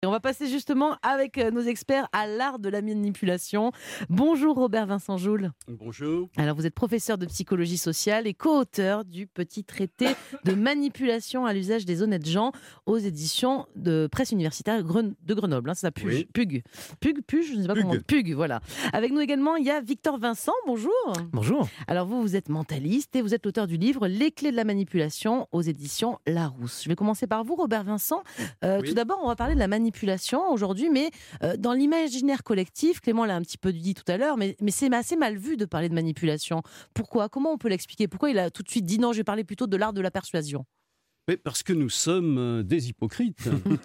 Et on va passer justement avec nos experts à l'art de la manipulation. Bonjour Robert Vincent Joule. Bonjour. Alors vous êtes professeur de psychologie sociale et co-auteur du petit traité de manipulation à l'usage des honnêtes gens aux éditions de Presse universitaire de Grenoble. C'est ça, Oui. Pug, je ne sais pas comment. Pug, voilà. Avec nous également, il y a Victor Vincent. Bonjour. Bonjour. Alors vous êtes mentaliste et vous êtes l'auteur du livre Les clés de la manipulation aux éditions Larousse. Je vais commencer par vous, Robert Vincent. Oui. Tout d'abord, on va parler de la manipulation aujourd'hui, mais dans l'imaginaire collectif, Clément l'a un petit peu dit tout à l'heure, mais c'est assez mal vu de parler de manipulation. Pourquoi ? Comment on peut l'expliquer ? Pourquoi il a tout de suite dit non, je vais parler plutôt de l'art de la persuasion ? Mais parce que nous sommes des hypocrites.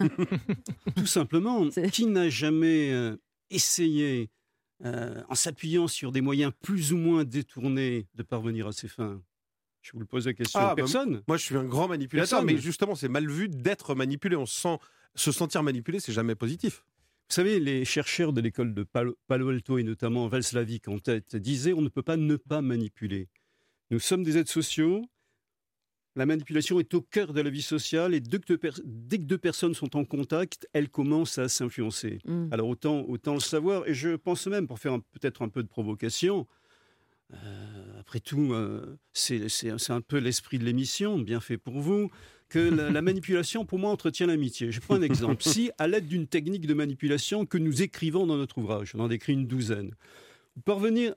Tout simplement. Qui n'a jamais essayé, en s'appuyant sur des moyens plus ou moins détournés, de parvenir à ses fins ? Je vous le pose la question. Personne. Moi, je suis un grand manipulateur, Personne. mais justement, c'est mal vu d'être manipulé. Se sentir manipulé, c'est jamais positif. Vous savez, les chercheurs de l'école de Palo Alto, et notamment Valslavik en tête, disaient on ne peut pas ne pas manipuler. Nous sommes des êtres sociaux. La manipulation est au cœur de la vie sociale et dès que deux personnes sont en contact, elles commencent à s'influencer. Alors autant le savoir. Et je pense même, pour faire peut-être un peu de provocation, après tout, c'est un peu l'esprit de l'émission, bien fait pour vous, que la manipulation, pour moi, entretient l'amitié. Je prends un exemple. Si, à l'aide d'une technique de manipulation que nous écrivons dans notre ouvrage, on en décrit une douzaine, vous parvenez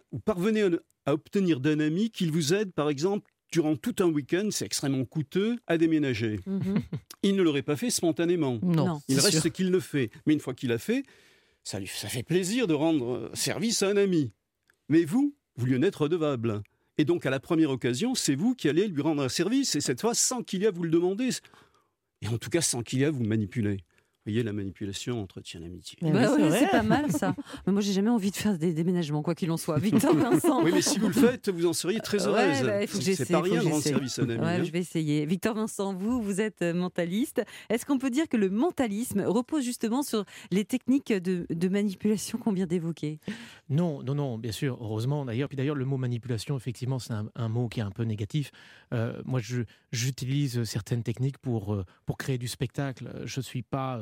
à obtenir d'un ami qu'il vous aide, par exemple, durant tout un week-end, c'est extrêmement coûteux, à déménager. Il ne l'aurait pas fait spontanément. Non. Il reste ce qu'il le fait. Mais une fois qu'il l'a fait, ça fait plaisir de rendre service à un ami. Mais vous lui en êtes redevable. Et donc, à la première occasion, c'est vous qui allez lui rendre un service, et cette fois, sans qu'il y ait à vous le demander. Et en tout cas, sans qu'il y ait à vous manipuler. Vous voyez, la manipulation entretient l'amitié. C'est pas mal, ça. Mais moi, j'ai jamais envie de faire des déménagements, quoi qu'il en soit. Victor Vincent. Oui, mais si vous le faites, vous en seriez très heureuse. Il faut que j'essaie. C'est pas rien de rendre service à un ami. Je vais essayer. Victor Vincent, vous êtes mentaliste. Est-ce qu'on peut dire que le mentalisme repose justement sur les techniques de manipulation qu'on vient d'évoquer ? Non, bien sûr, heureusement d'ailleurs. Puis d'ailleurs, le mot manipulation, effectivement, c'est un mot qui est un peu négatif. Moi, j'utilise certaines techniques pour créer du spectacle. Je suis pas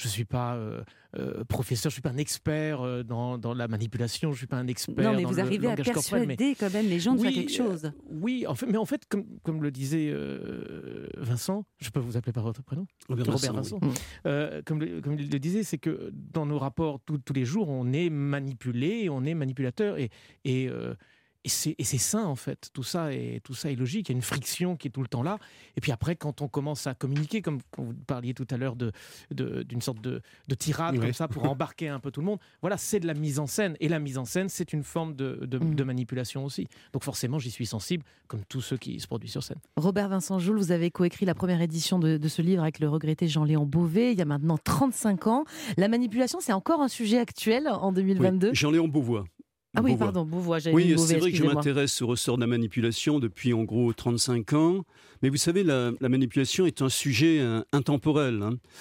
professeur, je suis pas un expert dans la manipulation. Je suis pas un expert. Non, mais dans vous le arrivez à langage corporel, persuader quand même les gens de faire quelque chose. Oui, en fait, comme le disait Vincent, je peux vous appeler par votre prénom ? Robert Vincent. Comme il le disait, c'est que dans nos rapports tous les jours, on est manipulé, on est manipulateur, et c'est sain en fait. Tout ça est logique. Il y a une friction qui est tout le temps là. Et puis après, quand on commence à communiquer, comme vous parliez tout à l'heure d'une sorte de tirade comme ça pour embarquer un peu tout le monde, voilà, c'est de la mise en scène. Et la mise en scène, c'est une forme de manipulation aussi. Donc forcément, j'y suis sensible, comme tous ceux qui se produisent sur scène. Robert Vincent Joule, vous avez coécrit la première édition de ce livre avec le regretté Jean-Léon Beauvais, il y a maintenant 35 ans. La manipulation, c'est encore un sujet actuel en 2022 ? Oui, Jean-Léon Beauvois. Ah oui, pardon, Beauvois, j'avais Oui, Beauvais, c'est vrai que je m'intéresse au ressort de la manipulation depuis en gros 35 ans. Mais vous savez, la manipulation est un sujet intemporel.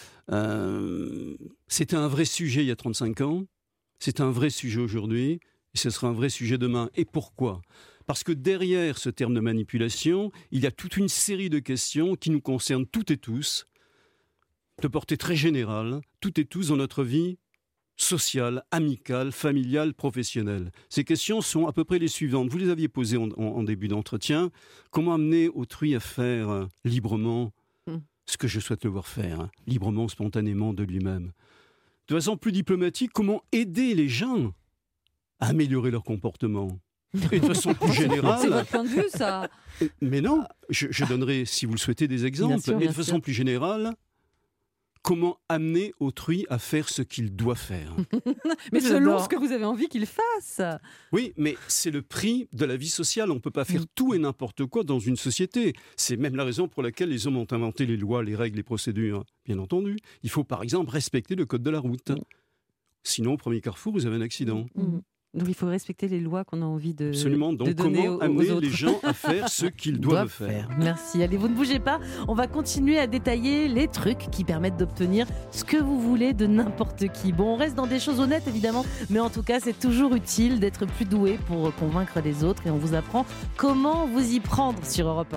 C'était un vrai sujet il y a 35 ans. C'est un vrai sujet aujourd'hui. Et ce sera un vrai sujet demain. Et pourquoi ? Parce que derrière ce terme de manipulation, il y a toute une série de questions qui nous concernent toutes et tous, de portée très générale, toutes et tous dans notre vie sociale, amicale, familiale, professionnelle. Ces questions sont à peu près les suivantes. Vous les aviez posées en début d'entretien. Comment amener autrui à faire librement ce que je souhaite le voir faire, librement, spontanément, de lui-même. De façon plus diplomatique, comment aider les gens à améliorer leur comportement ? Et de façon plus générale... C'est votre point de vue, ça ? Mais non, je donnerai, si vous le souhaitez, des exemples. Mais de façon plus générale... Comment amener autrui à faire ce qu'il doit faire ? Mais selon ce que vous avez envie qu'il fasse. Oui, mais c'est le prix de la vie sociale. On ne peut pas faire tout et n'importe quoi dans une société. C'est même la raison pour laquelle les hommes ont inventé les lois, les règles, les procédures. Bien entendu, il faut par exemple respecter le code de la route. Sinon, au premier carrefour, vous avez un accident. Donc il faut respecter les lois qu'on a envie de Absolument. Donc de donner comment amener aux les gens à faire ce qu'ils doivent faire. Merci. Allez, vous ne bougez pas. On va continuer à détailler les trucs qui permettent d'obtenir ce que vous voulez de n'importe qui. Bon, on reste dans des choses honnêtes évidemment, mais en tout cas, c'est toujours utile d'être plus doué pour convaincre les autres et on vous apprend comment vous y prendre sur Europe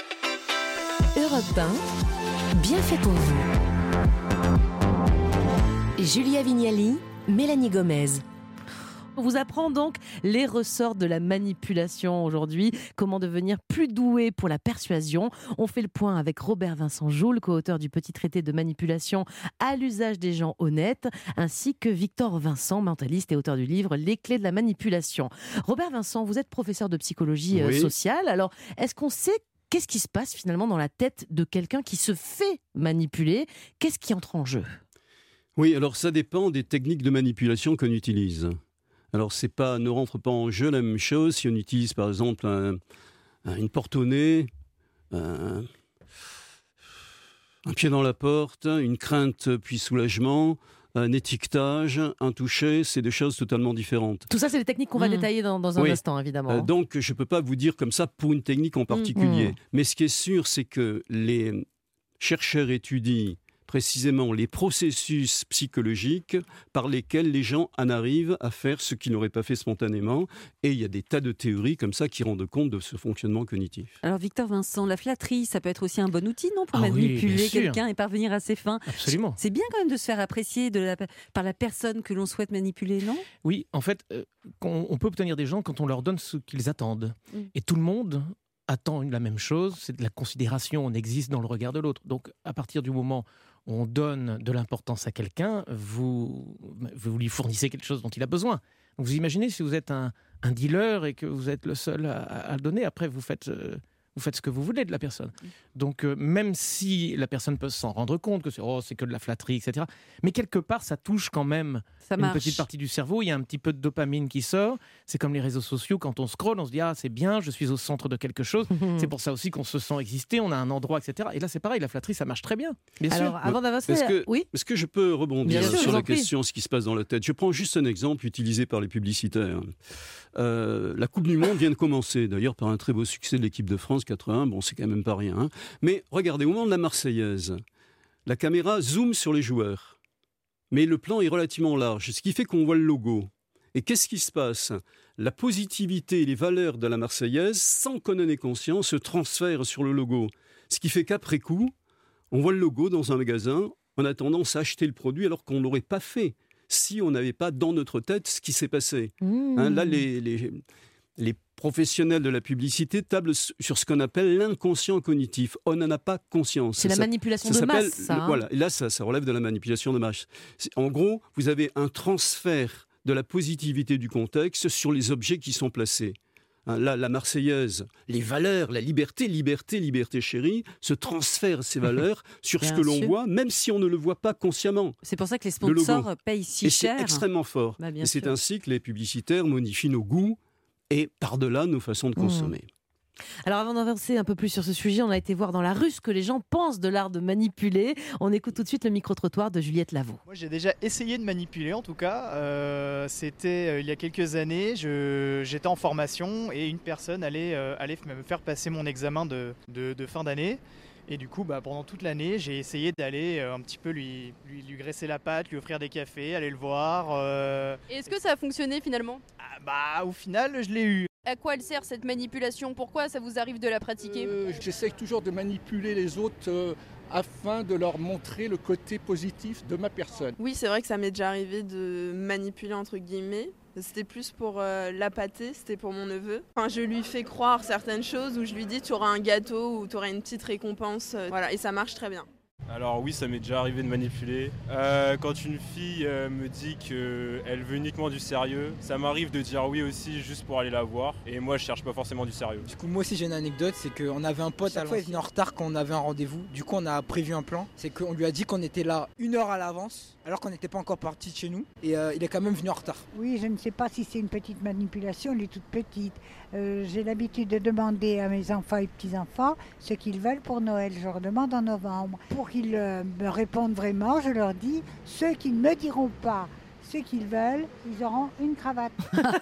1. Europe 1, bien fait pour vous. Julia Vignali, Mélanie Gomez. On vous apprend donc les ressorts de la manipulation aujourd'hui, comment devenir plus doué pour la persuasion. On fait le point avec Robert Vincent Joule, co-auteur du petit traité de manipulation à l'usage des gens honnêtes, ainsi que Victor Vincent, mentaliste et auteur du livre Les clés de la manipulation. Robert Vincent, vous êtes professeur de psychologie sociale. Alors, est-ce qu'on sait qu'est-ce qui se passe finalement dans la tête de quelqu'un qui se fait manipuler? Qu'est-ce qui entre en jeu? Oui, alors ça dépend des techniques de manipulation qu'on utilise. Alors, ne rentre pas en jeu la même chose si on utilise par exemple une porte au nez, un pied dans la porte, une crainte puis soulagement, un étiquetage, un toucher, c'est des choses totalement différentes. Tout ça, c'est les techniques qu'on va détailler dans un instant, évidemment. Donc, je ne peux pas vous dire comme ça pour une technique en particulier. Mais ce qui est sûr, c'est que les chercheurs étudient précisément les processus psychologiques par lesquels les gens en arrivent à faire ce qu'ils n'auraient pas fait spontanément. Et il y a des tas de théories comme ça qui rendent compte de ce fonctionnement cognitif. Alors Victor Vincent, la flatterie, ça peut être aussi un bon outil, non, pour manipuler quelqu'un et parvenir à ses fins. Absolument. C'est bien quand même de se faire apprécier par la personne que l'on souhaite manipuler, non? Oui, en fait, on peut obtenir des gens quand on leur donne ce qu'ils attendent. Et tout le monde attend la même chose, c'est de la considération, on existe dans le regard de l'autre. Donc à partir du moment où on donne de l'importance à quelqu'un, vous lui fournissez quelque chose dont il a besoin. Donc vous imaginez si vous êtes un dealer et que vous êtes le seul à le donner, après vous faites ce que vous voulez de la personne. Donc même si la personne peut s'en rendre compte que c'est que de la flatterie, etc. Mais quelque part, ça touche quand même une petite partie du cerveau. Il y a un petit peu de dopamine qui sort. C'est comme les réseaux sociaux. Quand on scrolle, on se dit « Ah, c'est bien, je suis au centre de quelque chose. » C'est pour ça aussi qu'on se sent exister, on a un endroit, etc. Et là, c'est pareil, la flatterie, ça marche très bien. Bien Alors, sûr. avant d'avancer... Est-ce que je peux rebondir Bien sûr, sur la question, ce qui se passe dans la tête? Je prends juste un exemple utilisé par les publicitaires. La Coupe du Monde vient de commencer, d'ailleurs, par un très beau succès de l'équipe de France 80. Bon, c'est quand même pas rien. Hein. Mais regardez, au moment de la Marseillaise, la caméra zoome sur les joueurs. Mais le plan est relativement large, ce qui fait qu'on voit le logo. Et qu'est-ce qui se passe? La positivité et les valeurs de la Marseillaise, sans qu'on en ait conscience, se transfèrent sur le logo. Ce qui fait qu'après coup, on voit le logo dans un magasin, on a tendance à acheter le produit alors qu'on ne l'aurait pas fait si on n'avait pas dans notre tête ce qui s'est passé. Hein, là, les professionnels de la publicité tablent sur ce qu'on appelle l'inconscient cognitif. On n'en a pas conscience. C'est la manipulation de masse, ça. Voilà, et là, ça relève de la manipulation de masse. En gros, vous avez un transfert de la positivité du contexte sur les objets qui sont placés. Hein, là, la Marseillaise, les valeurs, la liberté, liberté, liberté chérie, se transfèrent ces valeurs sur ce que l'on voit, même si on ne le voit pas consciemment. C'est pour ça que les sponsors payent si cher. Et c'est extrêmement fort. Et c'est ainsi que les publicitaires modifient nos goûts et par-delà nos façons de consommer. Alors avant d'avancer un peu plus sur ce sujet, on a été voir dans la rue ce que les gens pensent de l'art de manipuler. On écoute tout de suite le micro-trottoir de Juliette Lavaux. Moi j'ai déjà essayé de manipuler en tout cas. C'était il y a quelques années, j'étais en formation et une personne allait me faire passer mon examen de fin d'année. Et du coup, pendant toute l'année, j'ai essayé d'aller un petit peu lui graisser la patte, lui offrir des cafés, aller le voir. Et est-ce que ça a fonctionné finalement ? Au final, je l'ai eu. À quoi elle sert cette manipulation ? Pourquoi ça vous arrive de la pratiquer ? J'essaye toujours de manipuler les autres afin de leur montrer le côté positif de ma personne. Oui, c'est vrai que ça m'est déjà arrivé de manipuler entre guillemets. C'était plus pour l'appâter, c'était pour mon neveu. Enfin, je lui fais croire certaines choses où je lui dis tu auras un gâteau ou tu auras une petite récompense. Voilà, et ça marche très bien. Alors oui, ça m'est déjà arrivé de manipuler. Quand une fille me dit qu'elle veut uniquement du sérieux, ça m'arrive de dire oui aussi juste pour aller la voir. Et moi, je cherche pas forcément du sérieux. Du coup, moi aussi j'ai une anecdote, c'est qu'on avait un pote, chaque fois il venait en retard quand on avait un rendez-vous. Du coup, on a prévu un plan, c'est qu'on lui a dit qu'on était là 1 heure à l'avance, alors qu'on n'était pas encore parti de chez nous. Et il est quand même venu en retard. Oui, je ne sais pas si c'est une petite manipulation, elle est toute petite. J'ai l'habitude de demander à mes enfants et petits-enfants ce qu'ils veulent pour Noël. Je leur demande en novembre. Pour qu'ils me répondent vraiment, je leur dis, ceux qui ne me diront pas ce qu'ils veulent, ils auront une cravate.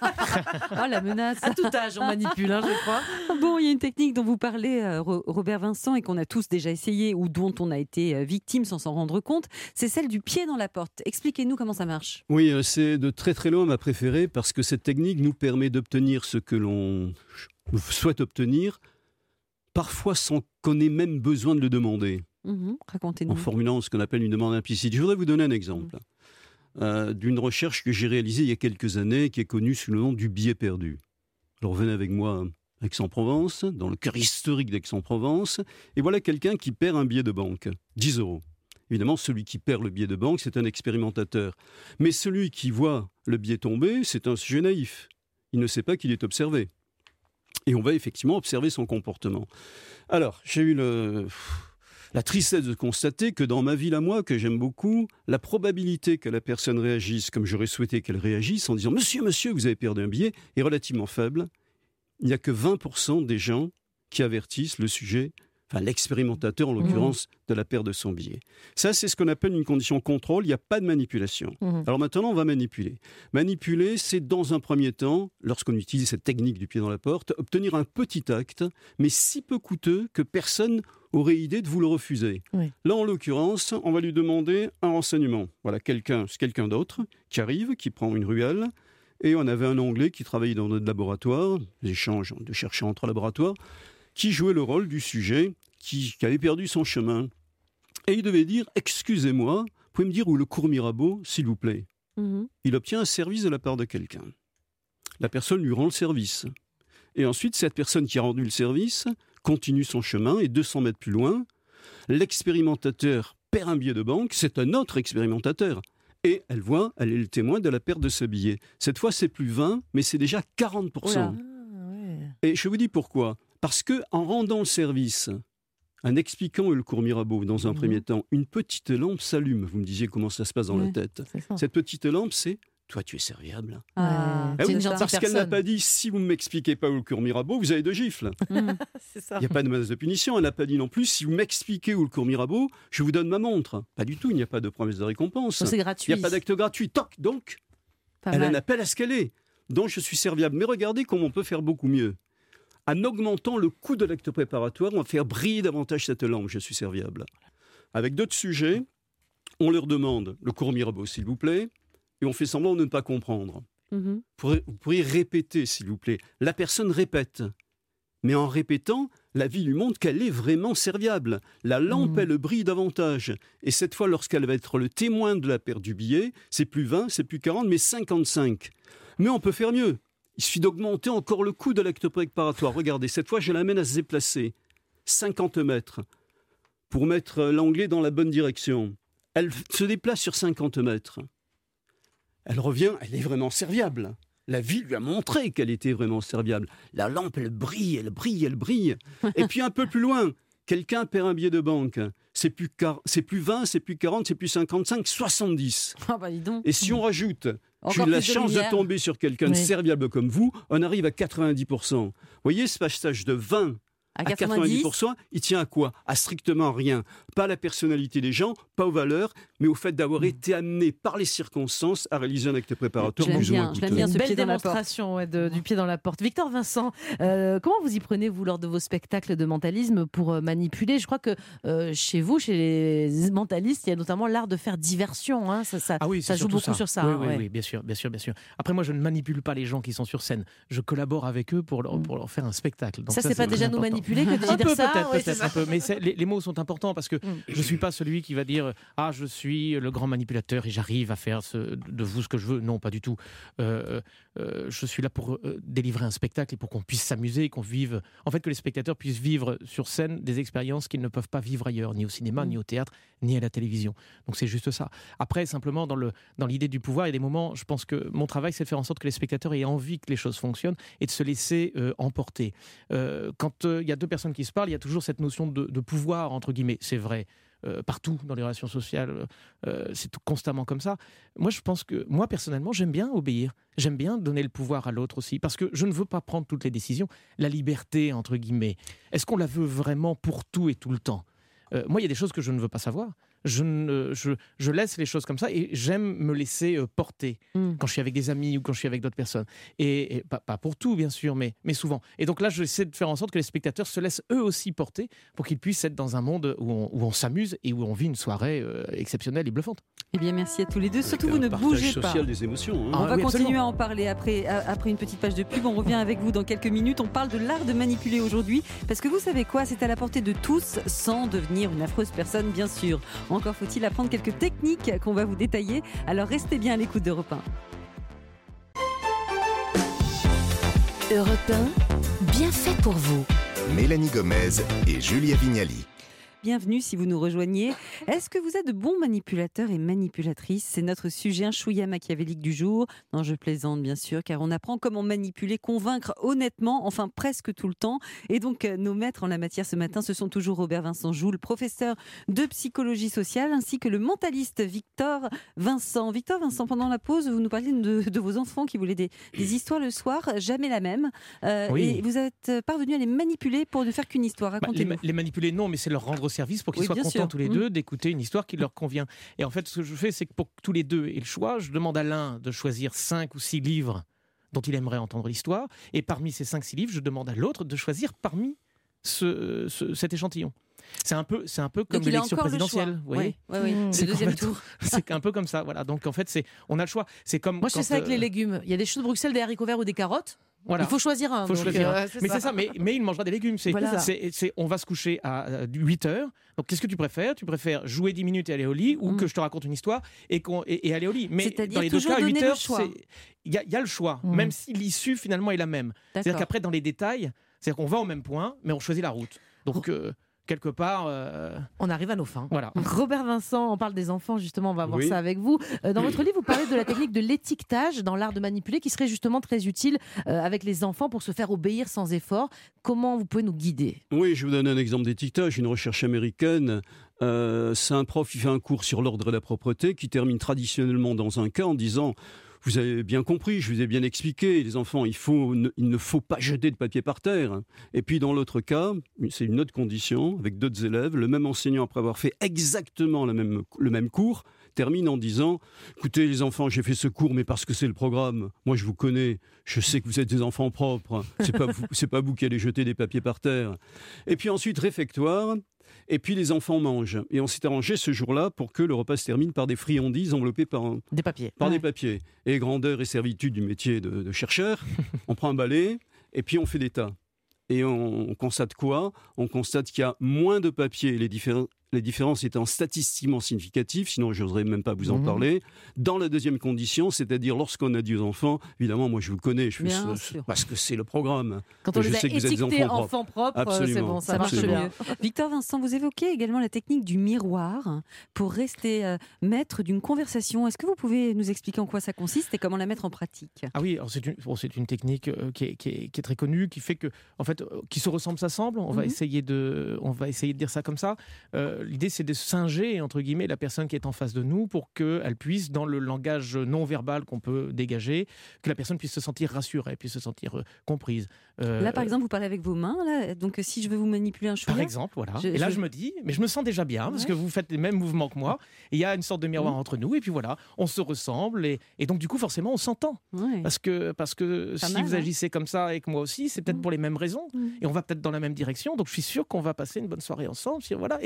Oh la menace. À tout âge, on manipule, je crois. Bon, il y a une technique dont vous parlez, Robert Vincent, et qu'on a tous déjà essayé ou dont on a été victime sans s'en rendre compte. C'est celle du pied dans la porte. Expliquez-nous comment ça marche. Oui, c'est de très très loin ma préférée parce que cette technique nous permet d'obtenir ce que l'on souhaite obtenir, parfois sans qu'on ait même besoin de le demander. Racontez-nous. En formulant ce qu'on appelle une demande implicite. Je voudrais vous donner un exemple. d'une recherche que j'ai réalisée il y a quelques années, qui est connue sous le nom du billet perdu. Alors venez avec moi à Aix-en-Provence, dans le cœur historique d'Aix-en-Provence, et voilà quelqu'un qui perd un billet de banque, 10 €. Évidemment, celui qui perd le billet de banque, c'est un expérimentateur. Mais celui qui voit le billet tomber, c'est un sujet naïf. Il ne sait pas qu'il est observé. Et on va effectivement observer son comportement. Alors, j'ai eu la tristesse de constater que dans ma ville à moi, que j'aime beaucoup, la probabilité que la personne réagisse comme j'aurais souhaité qu'elle réagisse en disant « Monsieur, vous avez perdu un billet » est relativement faible. Il n'y a que 20% des gens qui avertissent le sujet, enfin l'expérimentateur en l'occurrence, de la perte de son billet. Ça, c'est ce qu'on appelle une condition contrôle, il n'y a pas de manipulation. Alors maintenant, on va manipuler. Manipuler, c'est dans un premier temps, lorsqu'on utilise cette technique du pied dans la porte, obtenir un petit acte, mais si peu coûteux que personne aurait idée de vous le refuser. Oui. Là, en l'occurrence, on va lui demander un renseignement. Voilà, c'est quelqu'un d'autre qui arrive, qui prend une ruelle, et on avait un Anglais qui travaillait dans notre laboratoire, les échanges de chercheurs entre laboratoires, qui jouait le rôle du sujet qui avait perdu son chemin. Et il devait dire « Excusez-moi, vous pouvez me dire où le cours Mirabeau, s'il vous plaît ?» Il obtient un service de la part de quelqu'un. La personne lui rend le service. Et ensuite, cette personne qui a rendu le service continue son chemin et 200 mètres plus loin, l'expérimentateur perd un billet de banque, c'est un autre expérimentateur. Et elle est le témoin de la perte de ce billet. Cette fois, c'est plus 20, mais c'est déjà 40%. Et je vous dis pourquoi. Parce qu'en rendant le service, en expliquant le cours Mirabeau dans un premier temps, une petite lampe s'allume. Vous me disiez comment ça se passe dans la tête. Cette petite lampe, c'est « toi, tu es serviable ». Parce qu'elle n'a pas dit « si vous ne m'expliquez pas où le cours Mirabeau, vous avez 2 gifles ». Il n'y a pas de menace de punition. Elle n'a pas dit non plus « si vous m'expliquez où le cours Mirabeau, je vous donne ma montre ». Pas du tout, il n'y a pas de promesse de récompense. C'est gratuit. Il n'y a pas d'acte gratuit. Donc, elle en appelle à ce qu'elle est. Donc, je suis serviable. Mais regardez comment on peut faire beaucoup mieux. En augmentant le coût de l'acte préparatoire, on va faire briller davantage cette lampe, je suis serviable. Avec d'autres sujets, on leur demande le cours Mirabeau, s'il vous plaît, et on fait semblant de ne pas comprendre. Vous pourriez répéter, s'il vous plaît. La personne répète. Mais en répétant, la vie lui montre qu'elle est vraiment serviable. La lampe, elle brille davantage. Et cette fois, lorsqu'elle va être le témoin de la perte du billet, c'est plus 20, c'est plus 40, mais 55. Mais on peut faire mieux. Il suffit d'augmenter encore le coût de l'acte préparatoire. Regardez, cette fois, je l'amène à se déplacer 50 mètres pour mettre l'anglais dans la bonne direction. Elle se déplace sur 50 mètres. Elle revient, elle est vraiment serviable. La vie lui a montré qu'elle était vraiment serviable. La lampe, elle brille. Et puis un peu plus loin, quelqu'un perd un billet de banque. C'est plus 20, c'est plus 40, c'est plus 55, 70. Ah bah dis donc. Et si on rajoute... J'ai eu la chance de tomber sur quelqu'un de serviable comme vous, on arrive à 90%. Vous voyez, ce passage de 20 à 90%, il tient à quoi? À strictement rien. Pas à la personnalité des gens, pas aux valeurs, mais au fait d'avoir été amené par les circonstances à réaliser un acte préparatoire plus ou moins coûteux. Une belle démonstration du pied dans la porte. Victor Vincent, comment vous y prenez, vous, lors de vos spectacles de mentalisme pour manipuler? Je crois que chez vous, chez les mentalistes, il y a notamment l'art de faire diversion. Hein. Ça joue beaucoup sur ça. Oui, bien sûr. Après, moi, je ne manipule pas les gens qui sont sur scène. Je collabore avec eux pour leur faire un spectacle. Donc ça, c'est pas déjà nous manipuler que de dire ça? Peut-être un peu. Mais les mots sont importants parce que je ne suis pas celui qui va dire « Ah, je suis le grand manipulateur et j'arrive à faire de vous ce que je veux ». Non, pas du tout. Je suis là pour délivrer un spectacle et pour qu'on puisse s'amuser et qu'on vive... En fait, que les spectateurs puissent vivre sur scène des expériences qu'ils ne peuvent pas vivre ailleurs, ni au cinéma, ni au théâtre, ni à la télévision. Donc c'est juste ça. Après, simplement, dans l'idée du pouvoir, il y a des moments, je pense que mon travail, c'est de faire en sorte que les spectateurs aient envie que les choses fonctionnent et de se laisser emporter. Quand il y a 2 personnes qui se parlent, il y a toujours cette notion de pouvoir, entre guillemets. C'est vrai. Partout dans les relations sociales, c'est constamment comme ça. Moi, personnellement, j'aime bien obéir. J'aime bien donner le pouvoir à l'autre aussi, parce que je ne veux pas prendre toutes les décisions. La liberté, entre guillemets, est-ce qu'on la veut vraiment pour tout et tout le temps? Moi, il y a des choses que je ne veux pas savoir. Je laisse les choses comme ça et j'aime me laisser porter quand je suis avec des amis ou quand je suis avec d'autres personnes. Et pas pour tout, bien sûr, mais souvent. Et donc là, j'essaie de faire en sorte que les spectateurs se laissent eux aussi porter pour qu'ils puissent être dans un monde où on s'amuse et où on vit une soirée exceptionnelle et bluffante. Eh bien, merci à tous les deux. Surtout, vous ne bougez pas. Social des émotions. On va continuer à en parler après une petite page de pub. On revient avec vous dans quelques minutes. On parle de l'art de manipuler aujourd'hui. Parce que vous savez quoi? C'est à la portée de tous, sans devenir une affreuse personne, bien sûr. Encore faut-il apprendre quelques techniques qu'on va vous détailler. Alors restez bien à l'écoute d'Europe 1. Europe 1, bien fait pour vous. Mélanie Gomez et Julia Vignali. Bienvenue si vous nous rejoignez. Est-ce que vous êtes de bons manipulateurs et manipulatrices ? C'est notre sujet, un chouïa machiavélique du jour. Non, je plaisante bien sûr, car on apprend comment manipuler, convaincre honnêtement, enfin presque tout le temps. Et donc nos maîtres en la matière ce matin, ce sont toujours Robert Vincent Joule, professeur de psychologie sociale, ainsi que le mentaliste Victor Vincent. Victor Vincent, pendant la pause, vous nous parliez de vos enfants qui voulaient des histoires le soir, jamais la même. Oui. Et vous êtes parvenu à les manipuler pour ne faire qu'une histoire. Racontez-nous. Les manipuler, non, mais c'est leur rendre service pour qu'ils soient contents tous les deux d'écouter une histoire qui leur convient. Et en fait, ce que je fais, c'est que pour que tous les deux aient le choix, je demande à l'un de choisir 5 ou 6 livres dont il aimerait entendre l'histoire, et parmi ces 5-6 livres, je demande à l'autre de choisir parmi cet échantillon. C'est un peu comme l'élection présidentielle. Vous voyez, c'est le deuxième tour. C'est un peu comme ça. Voilà. Donc en fait, on a le choix. C'est comme moi, je fais ça avec les légumes. Il y a des choux de Bruxelles, des haricots verts ou des carottes. Voilà. Il faut choisir un. Mais c'est ça. Mais il mangera des légumes. On va se coucher à 8h. Donc qu'est-ce que tu préfères ? Tu préfères jouer 10 minutes et aller au lit, ou que je te raconte une histoire et aller au lit ? Mais dans les deux cas, à 8h, il y a le choix, même si l'issue finalement est la même. C'est-à-dire qu'après, dans les détails, c'est-à-dire qu'on va au même point, mais on choisit la route. Donc quelque part... On arrive à nos fins. Voilà. Robert Vincent, on parle des enfants, justement, on va voir ça avec vous. Dans votre livre, vous parlez de la technique de l'étiquetage dans l'art de manipuler, qui serait justement très utile avec les enfants pour se faire obéir sans effort. Comment vous pouvez nous guider ? Oui, je vous donne un exemple d'étiquetage, une recherche américaine. C'est un prof qui fait un cours sur l'ordre et la propreté, qui termine traditionnellement dans un cas en disant... Vous avez bien compris, je vous ai bien expliqué, les enfants, il ne faut pas jeter de papier par terre. Et puis dans l'autre cas, c'est une autre condition, avec d'autres élèves, le même enseignant, après avoir fait exactement le même cours, termine en disant « Écoutez les enfants, j'ai fait ce cours, mais parce que c'est le programme. Moi, je vous connais, je sais que vous êtes des enfants propres. C'est pas vous qui allez jeter des papiers par terre. » Et puis ensuite, réfectoire. Et puis les enfants mangent. Et on s'est arrangé ce jour-là pour que le repas se termine par des friandises enveloppées par des papiers. Des papiers. Et grandeur et servitude du métier de chercheur, on prend un balai et puis on fait des tas. Et on constate quoi ? On constate qu'il y a moins de papier, les différences étant statistiquement significatives, sinon je n'oserais même pas vous en parler. Dans la deuxième condition, c'est-à-dire lorsqu'on a des enfants, évidemment, moi je vous connais, je fais parce que c'est le programme. Quand on les a étiquetés enfants propres, c'est bon, ça marche bien. Victor Vincent, vous évoquez également la technique du miroir pour rester maître d'une conversation. Est-ce que vous pouvez nous expliquer en quoi ça consiste et comment la mettre en pratique ? Ah oui, alors c'est une technique qui est très connue, qui fait que, en fait, qui se ressemble s'assemble. On va essayer de dire ça comme ça. L'idée, c'est de singer, entre guillemets, la personne qui est en face de nous pour qu'elle puisse, dans le langage non-verbal qu'on peut dégager, que la personne puisse se sentir rassurée, puisse se sentir comprise. Là, par exemple, vous parlez avec vos mains. Là, donc, si je veux vous manipuler un chouïa... Par exemple, voilà. Et là, je me dis, mais je me sens déjà bien, parce que vous faites les mêmes mouvements que moi. Et il y a une sorte de miroir entre nous. Et puis voilà, on se ressemble. Et donc, du coup, forcément, on s'entend. Parce que si vous agissez comme ça et que moi aussi, c'est peut-être pour les mêmes raisons. Et on va peut-être dans la même direction. Donc, je suis sûr qu'on va passer une bonne soirée ensemble.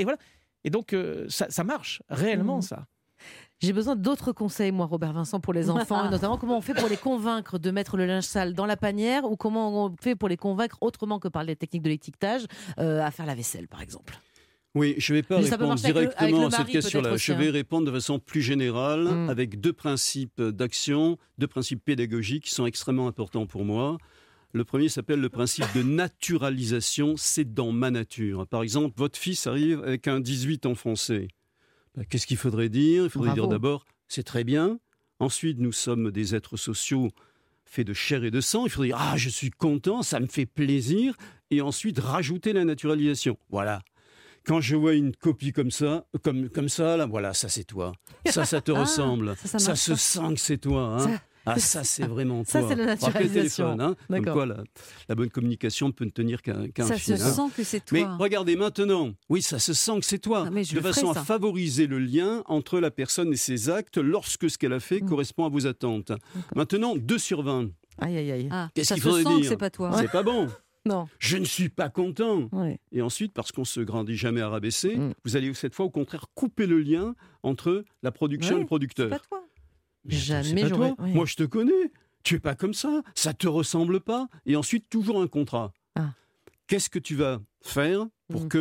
Et donc, ça marche réellement, ça. J'ai besoin d'autres conseils, moi, Robert Vincent, pour les enfants, notamment comment on fait pour les convaincre de mettre le linge sale dans la panière, ou comment on fait pour les convaincre, autrement que par les techniques de l'étiquetage, à faire la vaisselle, par exemple. Oui, je ne vais pas répondre directement à cette question-là. Je vais répondre de façon plus générale, avec 2 principes d'action, 2 principes pédagogiques qui sont extrêmement importants pour moi. Le premier s'appelle le principe de naturalisation, c'est dans ma nature. Par exemple, votre fils arrive avec un 18 en français. Qu'est-ce qu'il faudrait dire ? Il faudrait dire d'abord, c'est très bien. Ensuite, nous sommes des êtres sociaux faits de chair et de sang. Il faudrait dire, je suis content, ça me fait plaisir. Et ensuite, rajouter la naturalisation. Voilà. Quand je vois une copie comme ça, là, voilà, ça c'est toi. Ça te ressemble. Ça se sent que c'est toi. Hein. Ça c'est vraiment toi. Ça c'est la naturalisation. Téléphone, comme quoi la bonne communication ne peut ne tenir qu'un fil. Ça se sent que c'est toi. Mais regardez maintenant, oui, ça se sent que c'est toi. De façon à favoriser le lien entre la personne et ses actes lorsque ce qu'elle a fait correspond à vos attentes. Maintenant, 2 sur 20. Aïe. Qu'est-ce qu'il faudrait dire ? Que c'est pas toi. C'est pas bon. Non. Je ne suis pas content. Ouais. Et ensuite, parce qu'on se grandit jamais à rabaisser, vous allez cette fois au contraire couper le lien entre la production et le producteur. C'est pas toi. Mais jamais j'aurais. Oui. Moi, je te connais. Tu es pas comme ça. Ça te ressemble pas. Et ensuite, toujours un contrat. Qu'est-ce que tu vas faire pour que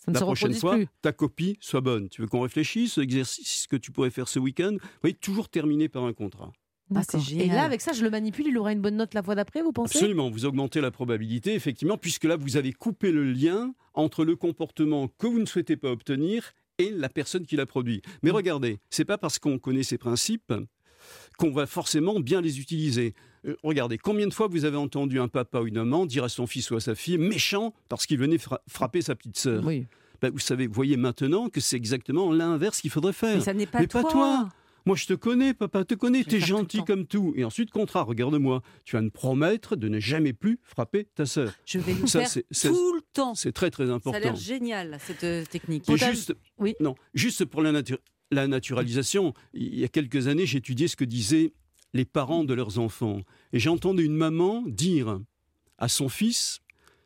ne la se prochaine reproduisent fois, plus. ta copie soit bonne. Tu veux qu'on réfléchisse, exercice que tu pourrais faire ce week-end. Vous voyez, toujours terminer par un contrat. D'accord. c'est Et génial. là, avec ça, je le manipule, il aura une bonne note la fois d'après, vous pensez? Absolument, vous augmentez la probabilité, effectivement, puisque là, vous avez coupé le lien entre le comportement que vous ne souhaitez pas obtenir et la personne qui l'a produit. Mais regardez, c'est pas parce qu'on connaît ces principes qu'on va forcément bien les utiliser. Regardez, combien de fois vous avez entendu un papa ou une maman dire à son fils ou à sa fille méchant parce qu'il venait frapper sa petite sœur. Oui. Ben, vous voyez maintenant que c'est exactement l'inverse qu'il faudrait faire. Mais ça n'est pas Mais pas toi. Moi, je te connais, papa, te connais, t'es gentil comme tout. Et ensuite, contrat, regarde-moi, tu vas me promettre de ne jamais plus frapper ta sœur. Je vais le faire tout le temps. C'est très, très important. Ça a l'air génial, cette technique. Et juste pour la naturalisation, il y a quelques années, j'étudiais ce que disaient les parents de leurs enfants. Et j'entendais une maman dire à son fils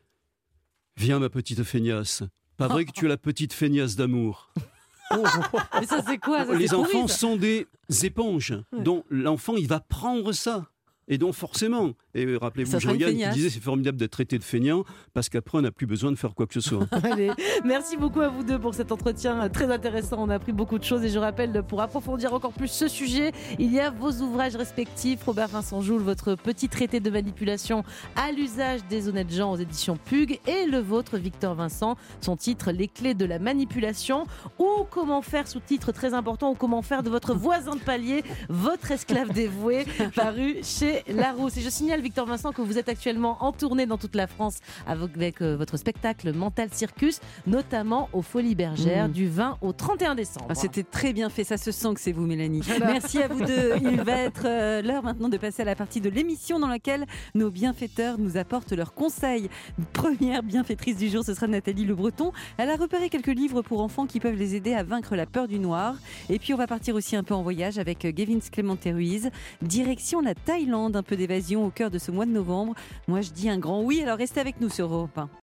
« Viens, ma petite feignasse. Pas vrai que tu es la petite feignasse d'amour ?» Mais ça, c'est quoi ça, Les c'est enfants pourri, ça. sont des éponges, dont l'enfant, il va prendre ça. Et donc forcément, et rappelez-vous Ça sera une Jean-Yann qui feignasse. disait c'est formidable d'être traité de feignant parce qu'après on n'a plus besoin de faire quoi que ce soit. Allez, merci beaucoup à vous deux pour cet entretien très intéressant. On a appris beaucoup de choses et je rappelle, pour approfondir encore plus ce sujet, il y a vos ouvrages respectifs. Robert Vincent Joule, votre petit traité de manipulation à l'usage des honnêtes gens aux éditions Pugue, et le vôtre, Victor Vincent, son titre Les clés de la manipulation, ou comment faire, sous-titre très important, ou comment faire de votre voisin de palier votre esclave dévoué, paru chez Larousse. Et je signale, Victor Vincent, que vous êtes actuellement en tournée dans toute la France avec votre spectacle Mental Circus, notamment aux Folies Bergères du 20 au 31 décembre. Ah, c'était très bien fait, ça se sent que c'est vous, Mélanie. Merci à vous deux. Il va être l'heure maintenant de passer à la partie de l'émission dans laquelle nos bienfaiteurs nous apportent leurs conseils. Première bienfaitrice du jour, ce sera Nathalie Le Breton. Elle a repéré quelques livres pour enfants qui peuvent les aider à vaincre la peur du noir. Et puis on va partir aussi un peu en voyage avec Gavin Clémenté Ruiz. Direction la Thaïlande, un peu d'évasion au cœur de ce mois de novembre. Moi je dis un grand oui, alors restez avec nous sur Europe 1.